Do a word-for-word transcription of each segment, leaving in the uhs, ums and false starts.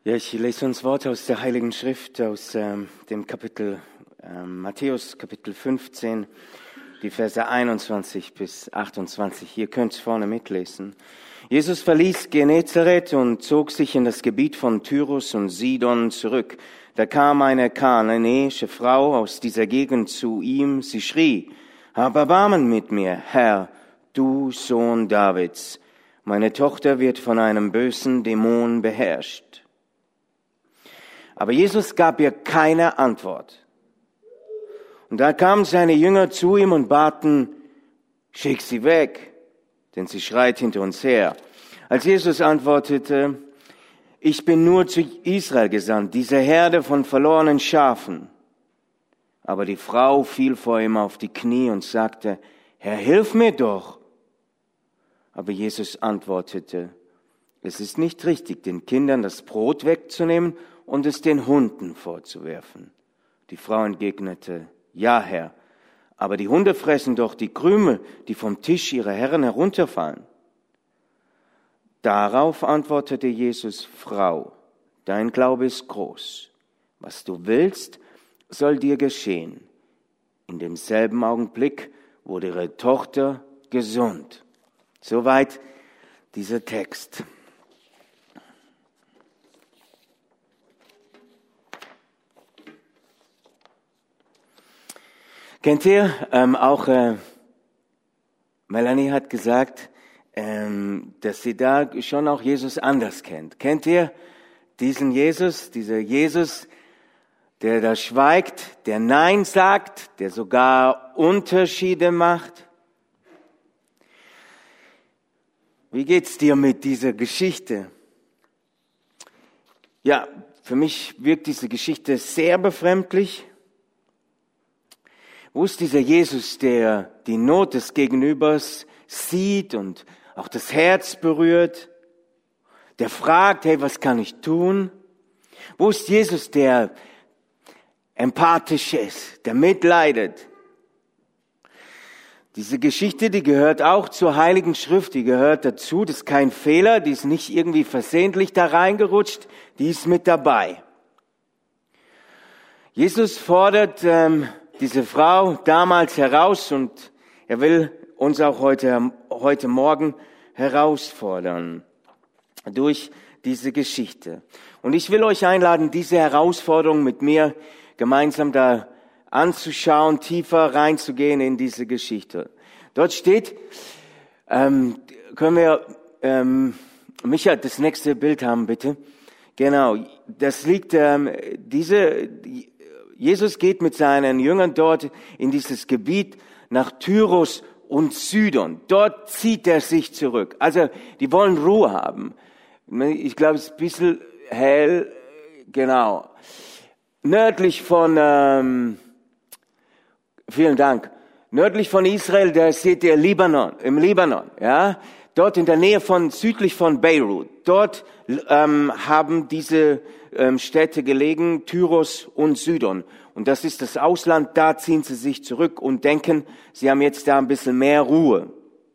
Ja, ich lese uns Worte aus der Heiligen Schrift, aus ähm, dem Kapitel ähm, Matthäus, Kapitel fünfzehn, die Verse einundzwanzig bis achtundzwanzig. Ihr könnt vorne mitlesen. Jesus verließ Genezareth und zog sich in das Gebiet von Tyrus und Sidon zurück. Da kam eine kananäische Frau aus dieser Gegend zu ihm. Sie schrie: Hab Erbarmen mit mir, Herr, du Sohn Davids. Meine Tochter wird von einem bösen Dämon beherrscht. Aber Jesus gab ihr keine Antwort. Und da kamen seine Jünger zu ihm und baten: Schick sie weg, denn sie schreit hinter uns her. Als Jesus antwortete: Ich bin nur zu Israel gesandt, diese Herde von verlorenen Schafen. Aber die Frau fiel vor ihm auf die Knie und sagte: Herr, hilf mir doch. Aber Jesus antwortete: Es ist nicht richtig, den Kindern das Brot wegzunehmen und es den Hunden vorzuwerfen. Die Frau entgegnete: Ja, Herr, aber die Hunde fressen doch die Krümel, die vom Tisch ihrer Herren herunterfallen. Darauf antwortete Jesus: Frau, dein Glaube ist groß. Was du willst, soll dir geschehen. In demselben Augenblick wurde ihre Tochter gesund. Soweit dieser Text. Kennt ihr, ähm, auch äh, Melanie hat gesagt, ähm, dass sie da schon auch Jesus anders kennt. Kennt ihr diesen Jesus, dieser Jesus, der da schweigt, der Nein sagt, der sogar Unterschiede macht? Wie geht's dir mit dieser Geschichte? Ja, für mich wirkt diese Geschichte sehr befremdlich. Wo ist dieser Jesus, der die Not des Gegenübers sieht und auch das Herz berührt, der fragt: Hey, was kann ich tun? Wo ist Jesus, der empathisch ist, der mitleidet? Diese Geschichte, die gehört auch zur Heiligen Schrift, die gehört dazu, das ist kein Fehler, die ist nicht irgendwie versehentlich da reingerutscht, die ist mit dabei. Jesus fordert ähm, diese Frau damals heraus und er will uns auch heute, heute Morgen herausfordern durch diese Geschichte. Und ich will euch einladen, diese Herausforderung mit mir gemeinsam da anzuschauen, tiefer reinzugehen in diese Geschichte. Dort steht, ähm, können wir, ähm, Micha, das nächste Bild haben, bitte. Genau, das liegt, ähm, diese, Jesus geht mit seinen Jüngern dort in dieses Gebiet nach Tyrus und Sidon. Dort zieht er sich zurück. Also, die wollen Ruhe haben. Ich glaube, es ist ein bisschen hell, genau. Nördlich von, ähm, vielen Dank. Nördlich von Israel, da seht ihr Libanon, im Libanon, ja. Dort in der Nähe von, südlich von Beirut. Dort ähm, haben diese ähm, Städte gelegen, Tyrus und Sidon. Und das ist das Ausland, da ziehen sie sich zurück und denken, sie haben jetzt da ein bisschen mehr Ruhe.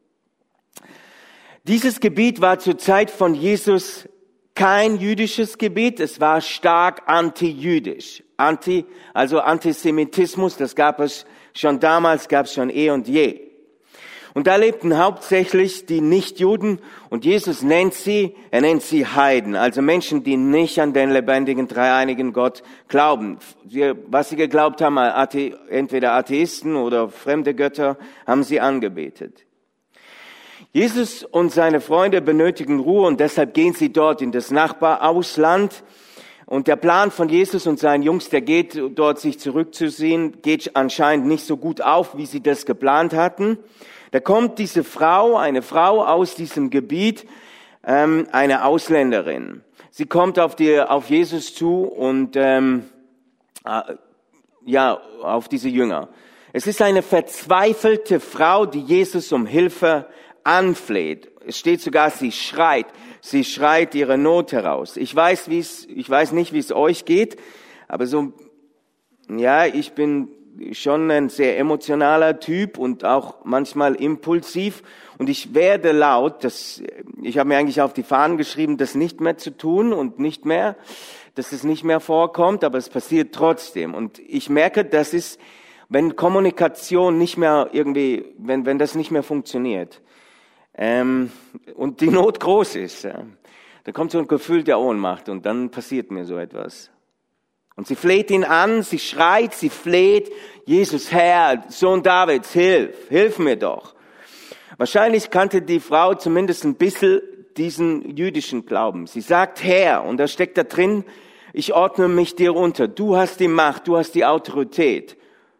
Dieses Gebiet war zur Zeit von Jesus kein jüdisches Gebiet, es war stark antijüdisch. Anti, also Antisemitismus, das gab es schon damals, gab es schon eh und je. Und da lebten hauptsächlich die Nichtjuden und Jesus nennt sie, er nennt sie Heiden, also Menschen, die nicht an den lebendigen, dreieinigen Gott glauben. Sie, was sie geglaubt haben, Athe, entweder Atheisten oder fremde Götter, haben sie angebetet. Jesus und seine Freunde benötigen Ruhe und deshalb gehen sie dort in das Nachbarausland. Und der Plan von Jesus und seinen Jungs, der geht dort, sich zurückzuziehen, geht anscheinend nicht so gut auf, wie sie das geplant hatten. Da kommt diese Frau, eine Frau aus diesem Gebiet, ähm, eine Ausländerin. Sie kommt auf, die, auf Jesus zu und ähm, äh, ja, auf diese Jünger. Es ist eine verzweifelte Frau, die Jesus um Hilfe anfleht. Es steht sogar, sie schreit. Sie schreit ihre Not heraus. Ich weiß, wie es, ich weiß nicht, wie es euch geht, aber so, ja, ich bin schon ein sehr emotionaler Typ und auch manchmal impulsiv und ich werde laut, das ich habe mir eigentlich auf die Fahnen geschrieben, das nicht mehr zu tun und nicht mehr, dass es nicht mehr vorkommt, aber es passiert trotzdem. Und ich merke, das ist, wenn Kommunikation nicht mehr irgendwie, wenn, wenn das nicht mehr funktioniert, ähm, und die Not groß ist, ja, da kommt so ein Gefühl der Ohnmacht und dann passiert mir so etwas. Und sie fleht ihn an, sie schreit, sie fleht, Jesus, Herr, Sohn Davids, hilf, hilf mir doch. Wahrscheinlich kannte die Frau zumindest ein bisschen diesen jüdischen Glauben. Sie sagt, Herr, und da steckt da drin, ich ordne mich dir unter. Du hast die Macht, du hast die Autorität.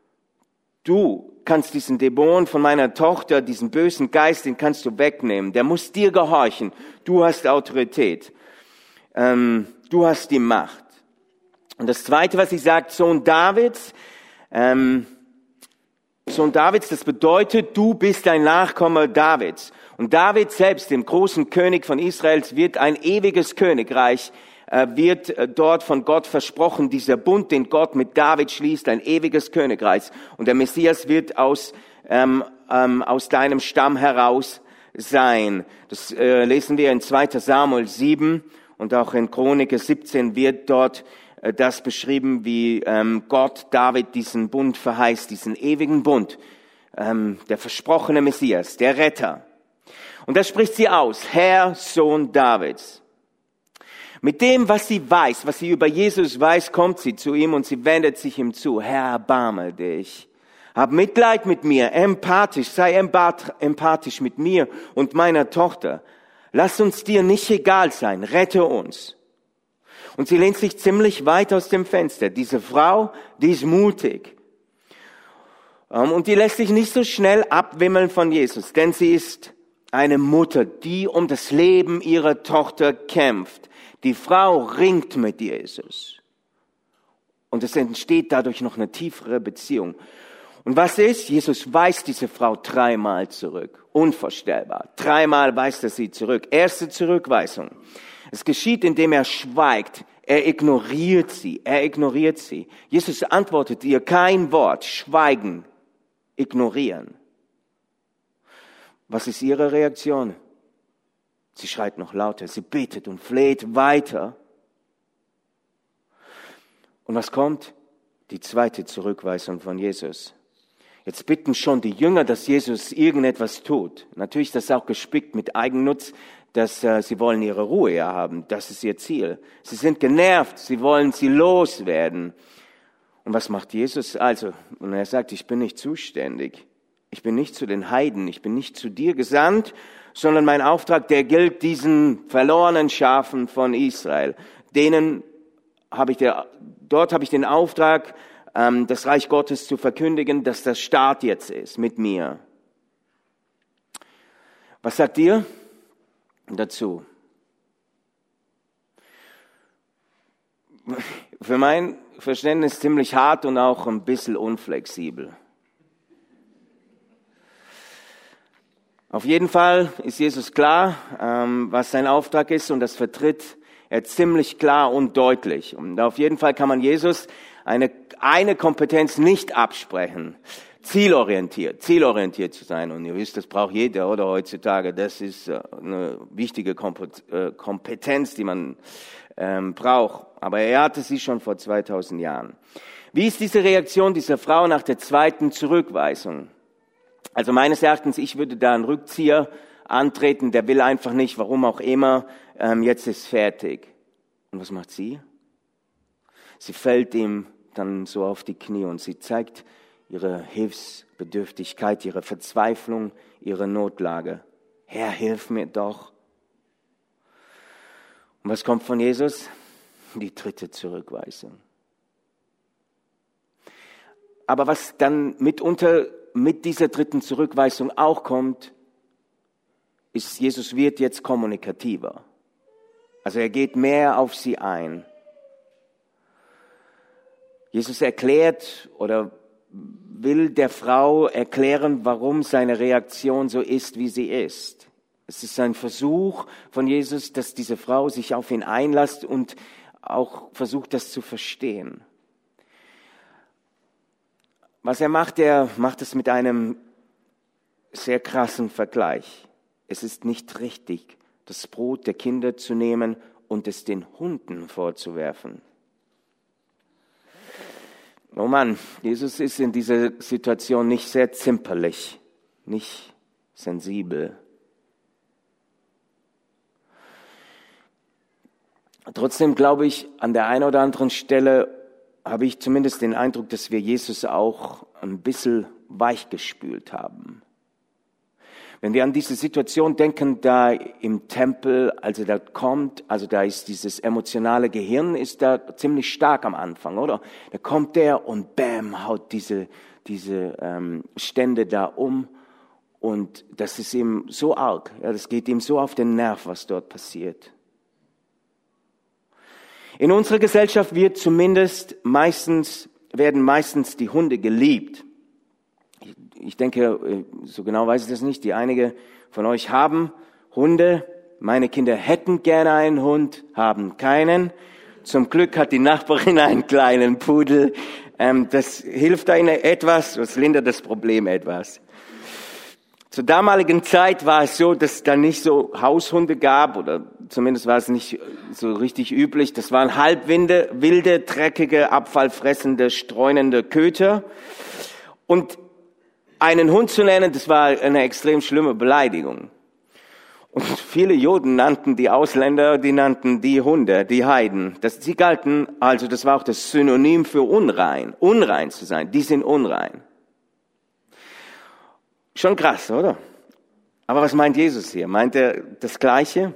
Du kannst diesen Dämon von meiner Tochter, diesen bösen Geist, den kannst du wegnehmen. Der muss dir gehorchen. Du hast Autorität. Ähm, du hast die Macht. Und das Zweite, was sie sagt, Sohn Davids, ähm, Sohn Davids, das bedeutet, du bist ein Nachkomme Davids. Und David selbst, dem großen König von Israels, wird ein ewiges Königreich, äh, wird äh, dort von Gott versprochen, dieser Bund, den Gott mit David schließt, ein ewiges Königreich. Und der Messias wird aus, ähm, ähm, aus deinem Stamm heraus sein. Das äh, lesen wir in zweiter Samuel sieben und auch in Chroniker siebzehn wird dort das beschrieben, wie ähm, Gott David diesen Bund verheißt, diesen ewigen Bund, ähm, der versprochene Messias, der Retter. Und das spricht sie aus, Herr, Sohn Davids. Mit dem, was sie weiß, was sie über Jesus weiß, kommt sie zu ihm und sie wendet sich ihm zu. Herr, erbarme dich. Hab Mitleid mit mir, empathisch, sei empathisch mit mir und meiner Tochter. Lass uns dir nicht egal sein, rette uns. Und sie lehnt sich ziemlich weit aus dem Fenster. Diese Frau, die ist mutig. Und die lässt sich nicht so schnell abwimmeln von Jesus, denn sie ist eine Mutter, die um das Leben ihrer Tochter kämpft. Die Frau ringt mit Jesus. Und es entsteht dadurch noch eine tiefere Beziehung. Und was ist? Jesus weist diese Frau dreimal zurück. Unvorstellbar. Dreimal weist er sie zurück. Erste Zurückweisung. Es geschieht, indem er schweigt. Er ignoriert sie. Er ignoriert sie. Jesus antwortet ihr kein Wort. Schweigen. Ignorieren. Was ist ihre Reaktion? Sie schreit noch lauter. Sie betet und fleht weiter. Und was kommt? Die zweite Zurückweisung von Jesus. Jetzt bitten schon die Jünger, dass Jesus irgendetwas tut. Natürlich ist das auch gespickt mit Eigennutz, dass äh, sie wollen ihre Ruhe ja haben. Das ist ihr Ziel. Sie sind genervt, sie wollen sie loswerden. Und was macht Jesus? Also, und er sagt, ich bin nicht zuständig. Ich bin nicht zu den Heiden, ich bin nicht zu dir gesandt, sondern mein Auftrag, der gilt diesen verlorenen Schafen von Israel. Denen habe ich der, dort habe ich den Auftrag, ähm, das Reich Gottes zu verkündigen, dass das Start jetzt ist mit mir. Was sagt ihr dazu? Für mein Verständnis ziemlich hart und auch ein bisschen unflexibel. Auf jeden Fall ist Jesus klar, ähm, was sein Auftrag ist, und das vertritt er ziemlich klar und deutlich. Und auf jeden Fall kann man Jesus eine, eine Kompetenz nicht absprechen. Zielorientiert, zielorientiert zu sein. Und ihr wisst, das braucht jeder, oder heutzutage. Das ist eine wichtige Kompetenz, die man ähm, braucht. Aber er hatte sie schon vor zweitausend Jahren. Wie ist diese Reaktion dieser Frau nach der zweiten Zurückweisung? Also meines Erachtens, ich würde da einen Rückzieher antreten, der will einfach nicht, warum auch immer, ähm, jetzt ist fertig. Und was macht sie? Sie fällt ihm dann so auf die Knie und sie zeigt ihre Hilfsbedürftigkeit, ihre Verzweiflung, ihre Notlage. Herr, hilf mir doch. Und was kommt von Jesus? Die dritte Zurückweisung. Aber was dann mitunter mit dieser dritten Zurückweisung auch kommt, ist, Jesus wird jetzt kommunikativer. Also er geht mehr auf sie ein. Jesus erklärt oder will der Frau erklären, warum seine Reaktion so ist, wie sie ist. Es ist ein Versuch von Jesus, dass diese Frau sich auf ihn einlässt und auch versucht, das zu verstehen. Was er macht, er macht es mit einem sehr krassen Vergleich. Es ist nicht richtig, das Brot der Kinder zu nehmen und es den Hunden vorzuwerfen. Oh Mann, Jesus ist in dieser Situation nicht sehr zimperlich, nicht sensibel. Trotzdem glaube ich, an der einen oder anderen Stelle habe ich zumindest den Eindruck, dass wir Jesus auch ein bisschen weichgespült haben. Wenn wir an diese Situation denken, da im Tempel, also da kommt, also da ist dieses emotionale Gehirn, ist da ziemlich stark am Anfang, oder? Da kommt der und bam, haut diese, diese ähm, Stände da um und das ist ihm so arg, ja, das geht ihm so auf den Nerv, was dort passiert. In unserer Gesellschaft wird zumindest meistens, werden meistens die Hunde geliebt. Ich denke, so genau weiß ich das nicht, die einige von euch haben Hunde. Meine Kinder hätten gerne einen Hund, haben keinen. Zum Glück hat die Nachbarin einen kleinen Pudel. Das hilft ihnen etwas, das lindert das Problem etwas. Zur damaligen Zeit war es so, dass es da nicht so Haushunde gab, oder zumindest war es nicht so richtig üblich. Das waren halbwilde, wilde, dreckige, abfallfressende, streunende Köter. Und einen Hund zu nennen, das war eine extrem schlimme Beleidigung. Und viele Juden nannten die Ausländer, die nannten die Hunde, die Heiden. Das, sie galten, also das war auch das Synonym für unrein, unrein zu sein. Die sind unrein. Schon krass, oder? Aber was meint Jesus hier? Meint er das Gleiche?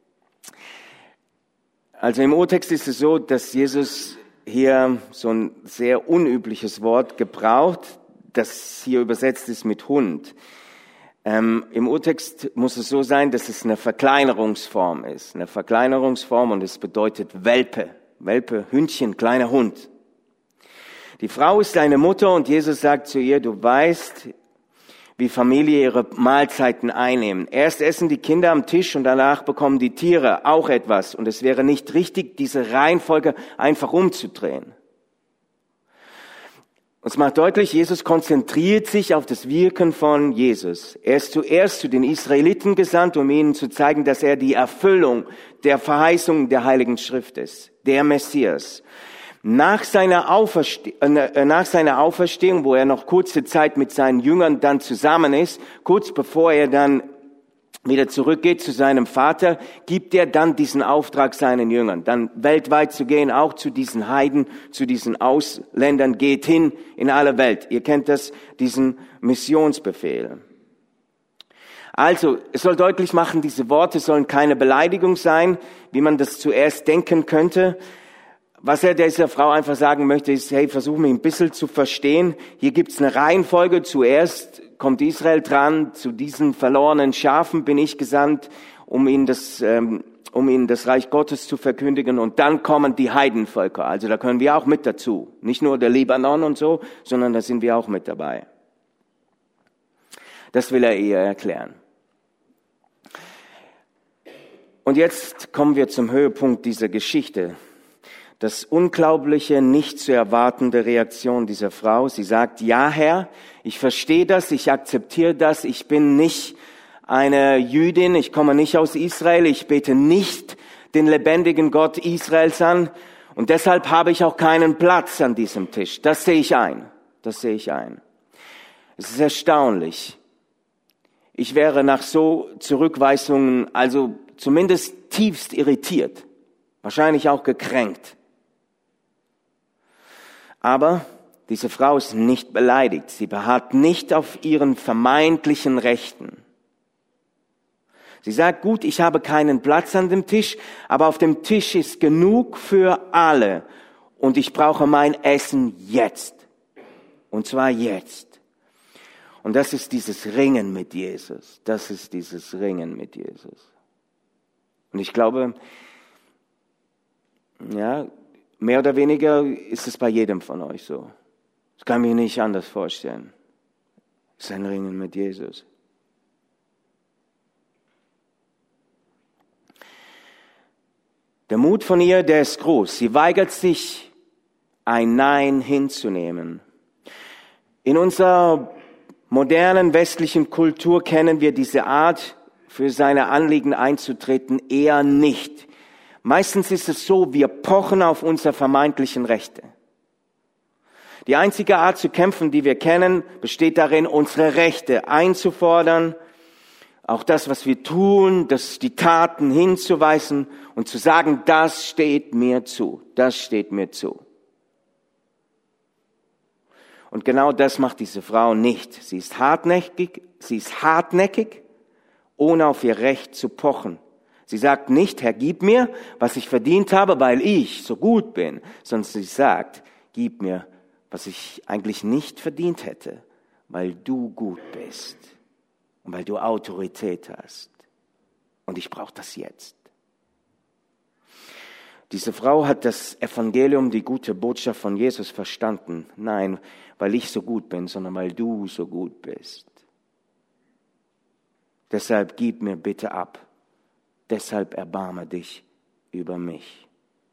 Also im Urtext ist es so, dass Jesus hier so ein sehr unübliches Wort gebraucht, das hier übersetzt ist mit Hund. Ähm, Im Urtext muss es so sein, dass es eine Verkleinerungsform ist. Eine Verkleinerungsform und es bedeutet Welpe. Welpe, Hündchen, kleiner Hund. Die Frau ist eine Mutter und Jesus sagt zu ihr, du weißt, wie Familie ihre Mahlzeiten einnehmen. Erst essen die Kinder am Tisch und danach bekommen die Tiere auch etwas. Und es wäre nicht richtig, diese Reihenfolge einfach umzudrehen. Uns macht deutlich, Jesus konzentriert sich auf das Wirken von Jesus. Er ist zuerst zu den Israeliten gesandt, um ihnen zu zeigen, dass er die Erfüllung der Verheißung der Heiligen Schrift ist, der Messias. Nach seiner, Auferste- äh, nach seiner Auferstehung, wo er noch kurze Zeit mit seinen Jüngern dann zusammen ist, kurz bevor er dann wieder zurückgeht zu seinem Vater, gibt er dann diesen Auftrag seinen Jüngern, dann weltweit zu gehen, auch zu diesen Heiden, zu diesen Ausländern, geht hin in alle Welt. Ihr kennt das, diesen Missionsbefehl. Also, es soll deutlich machen, diese Worte sollen keine Beleidigung sein, wie man das zuerst denken könnte. Was er dieser Frau einfach sagen möchte, ist, hey, versuch mich ein bisschen zu verstehen. Hier gibt's eine Reihenfolge. Zuerst kommt Israel dran, zu diesen verlorenen Schafen bin ich gesandt, um ihnen das, ähm, um ihnen das Reich Gottes zu verkündigen. Und dann kommen die Heidenvölker. Also da können wir auch mit dazu. Nicht nur der Libanon und so, sondern da sind wir auch mit dabei. Das will er ihr erklären. Und jetzt kommen wir zum Höhepunkt dieser Geschichte. Das unglaubliche, nicht zu erwartende Reaktion dieser Frau. Sie sagt, ja Herr, ich verstehe das, ich akzeptiere das, ich bin nicht eine Jüdin, ich komme nicht aus Israel, ich bete nicht den lebendigen Gott Israels an und deshalb habe ich auch keinen Platz an diesem Tisch. Das sehe ich ein, das sehe ich ein. Es ist erstaunlich. Ich wäre nach so Zurückweisungen also zumindest tiefst irritiert, wahrscheinlich auch gekränkt. Aber diese Frau ist nicht beleidigt. Sie beharrt nicht auf ihren vermeintlichen Rechten. Sie sagt, gut, ich habe keinen Platz an dem Tisch, aber auf dem Tisch ist genug für alle. Und ich brauche mein Essen jetzt. Und zwar jetzt. Und das ist dieses Ringen mit Jesus. Das ist dieses Ringen mit Jesus. Und ich glaube, ja, mehr oder weniger ist es bei jedem von euch so. Das kann ich mir nicht anders vorstellen. Es ist ein Ringen mit Jesus. Der Mut von ihr, der ist groß. Sie weigert sich, ein Nein hinzunehmen. In unserer modernen westlichen Kultur kennen wir diese Art für seine Anliegen einzutreten, eher nicht. Meistens ist es so, wir pochen auf unsere vermeintlichen Rechte. Die einzige Art zu kämpfen, die wir kennen, besteht darin, unsere Rechte einzufordern, auch das, was wir tun, das die Taten hinzuweisen und zu sagen, das steht mir zu, das steht mir zu. Und genau das macht diese Frau nicht. Sie ist hartnäckig, sie ist hartnäckig, ohne auf ihr Recht zu pochen. Sie sagt nicht, Herr, gib mir, was ich verdient habe, weil ich so gut bin, sondern sie sagt, gib mir, was ich eigentlich nicht verdient hätte, weil du gut bist und weil du Autorität hast. Und ich brauche das jetzt. Diese Frau hat das Evangelium, die gute Botschaft von Jesus verstanden. Nein, weil ich so gut bin, sondern weil du so gut bist. Deshalb gib mir bitte ab. Deshalb erbarme dich über mich.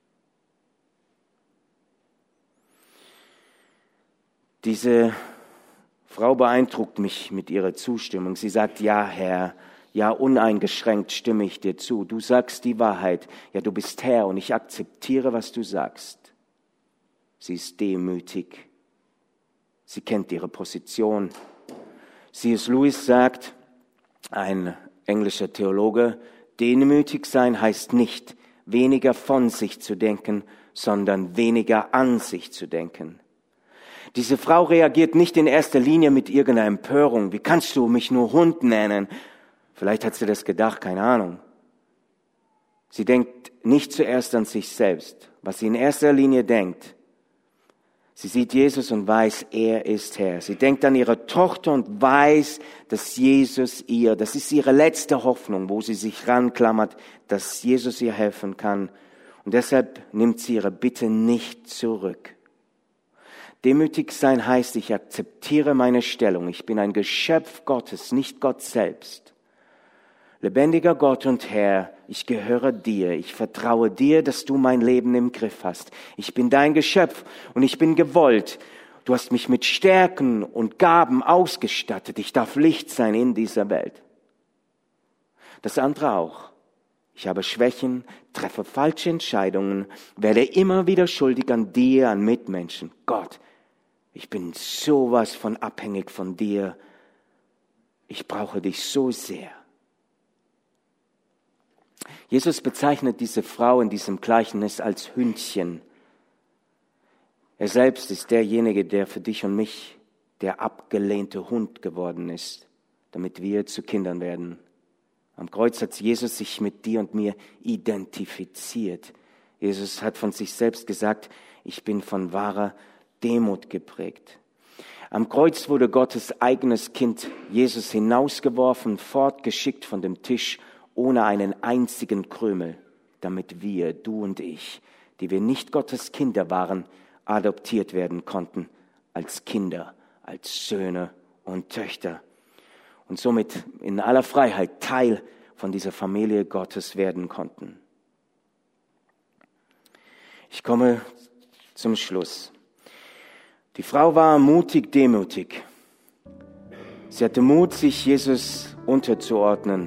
Diese Frau beeindruckt mich mit ihrer Zustimmung. Sie sagt, ja, Herr, ja, uneingeschränkt stimme ich dir zu. Du sagst die Wahrheit. Ja, du bist Herr und ich akzeptiere, was du sagst. Sie ist demütig. Sie kennt ihre Position. C S Lewis sagt, ein englischer Theologe, demütig sein heißt nicht, weniger von sich zu denken, sondern weniger an sich zu denken. Diese Frau reagiert nicht in erster Linie mit irgendeiner Empörung. Wie kannst du mich nur Hund nennen? Vielleicht hat sie das gedacht, keine Ahnung. Sie denkt nicht zuerst an sich selbst. Was sie in erster Linie denkt, sie sieht Jesus und weiß, er ist Herr. Sie denkt an ihre Tochter und weiß, dass Jesus ihr, das ist ihre letzte Hoffnung, wo sie sich ranklammert, dass Jesus ihr helfen kann. Und deshalb nimmt sie ihre Bitte nicht zurück. Demütig sein heißt, ich akzeptiere meine Stellung. Ich bin ein Geschöpf Gottes, nicht Gott selbst. Lebendiger Gott und Herr, ich gehöre dir. Ich vertraue dir, dass du mein Leben im Griff hast. Ich bin dein Geschöpf und ich bin gewollt. Du hast mich mit Stärken und Gaben ausgestattet. Ich darf Licht sein in dieser Welt. Das andere auch. Ich habe Schwächen, treffe falsche Entscheidungen, werde immer wieder schuldig an dir, an Mitmenschen. Gott, ich bin sowas von abhängig von dir. Ich brauche dich so sehr. Jesus bezeichnet diese Frau in diesem Gleichnis als Hündchen. Er selbst ist derjenige, der für dich und mich der abgelehnte Hund geworden ist, damit wir zu Kindern werden. Am Kreuz hat Jesus sich mit dir und mir identifiziert. Jesus hat von sich selbst gesagt, ich bin von wahrer Demut geprägt. Am Kreuz wurde Gottes eigenes Kind, Jesus, hinausgeworfen, fortgeschickt von dem Tisch, ohne einen einzigen Krümel, damit wir, du und ich, die wir nicht Gottes Kinder waren, adoptiert werden konnten als Kinder, als Söhne und Töchter und somit in aller Freiheit Teil von dieser Familie Gottes werden konnten. Ich komme zum Schluss. Die Frau war mutig, demütig. Sie hatte Mut, sich Jesus unterzuordnen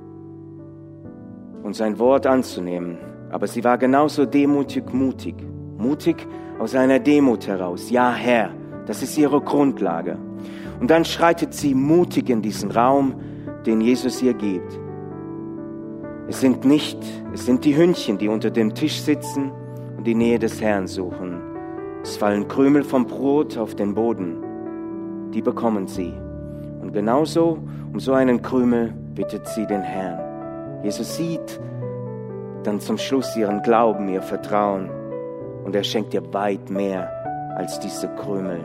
und sein Wort anzunehmen. Aber sie war genauso demütig, mutig. Mutig aus einer Demut heraus. Ja, Herr, das ist ihre Grundlage. Und dann schreitet sie mutig in diesen Raum, den Jesus ihr gibt. Es sind nicht, es sind die Hündchen, die unter dem Tisch sitzen und die Nähe des Herrn suchen. Es fallen Krümel vom Brot auf den Boden. Die bekommen sie. Und genauso, um so einen Krümel, bittet sie den Herrn. Jesus sieht dann zum Schluss ihren Glauben, ihr Vertrauen. Und er schenkt ihr weit mehr als diese Krümel.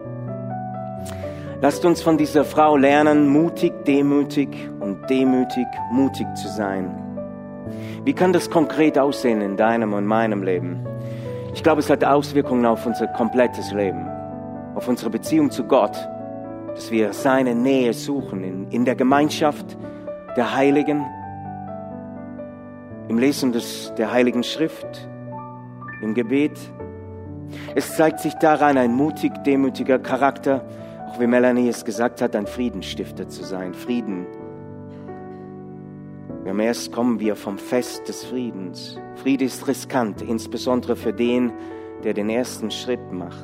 Lasst uns von dieser Frau lernen, mutig, demütig und demütig, mutig zu sein. Wie kann das konkret aussehen in deinem und meinem Leben? Ich glaube, es hat Auswirkungen auf unser komplettes Leben, auf unsere Beziehung zu Gott, dass wir seine Nähe suchen in, in der Gemeinschaft der Heiligen, im Lesen des, der Heiligen Schrift, im Gebet. Es zeigt sich daran, ein mutig, demütiger Charakter, auch wie Melanie es gesagt hat, ein Friedensstifter zu sein. Frieden. Im Erst kommen wir vom Fest des Friedens. Friede ist riskant, insbesondere für den, der den ersten Schritt macht.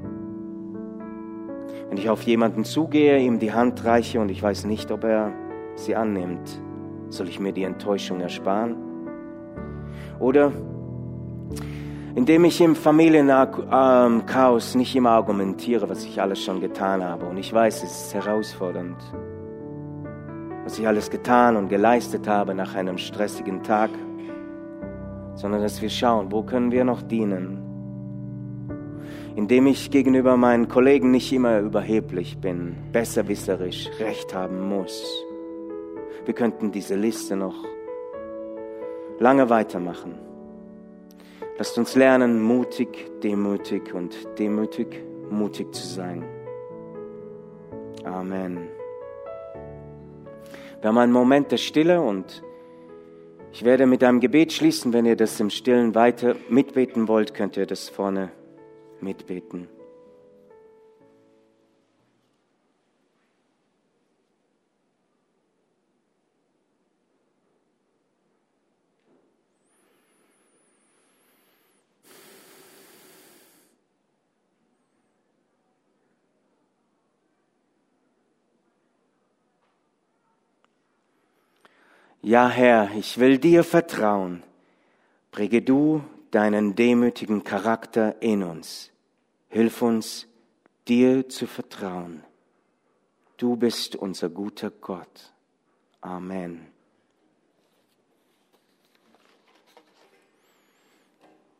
Wenn ich auf jemanden zugehe, ihm die Hand reiche und ich weiß nicht, ob er sie annimmt, soll ich mir die Enttäuschung ersparen? Oder indem ich im Familienchaos nicht immer argumentiere, was ich alles schon getan habe. Und ich weiß, es ist herausfordernd, was ich alles getan und geleistet habe nach einem stressigen Tag, sondern dass wir schauen, wo können wir noch dienen, indem ich gegenüber meinen Kollegen nicht immer überheblich bin, besserwisserisch, Recht haben muss. Wir könnten diese Liste noch lange weitermachen. Lasst uns lernen, mutig, demütig und demütig, mutig zu sein. Amen. Wir haben einen Moment der Stille und ich werde mit einem Gebet schließen. Wenn ihr das im Stillen weiter mitbeten wollt, könnt ihr das vorne mitbeten. Ja, Herr, ich will dir vertrauen. Präge du deinen demütigen Charakter in uns. Hilf uns, dir zu vertrauen. Du bist unser guter Gott. Amen.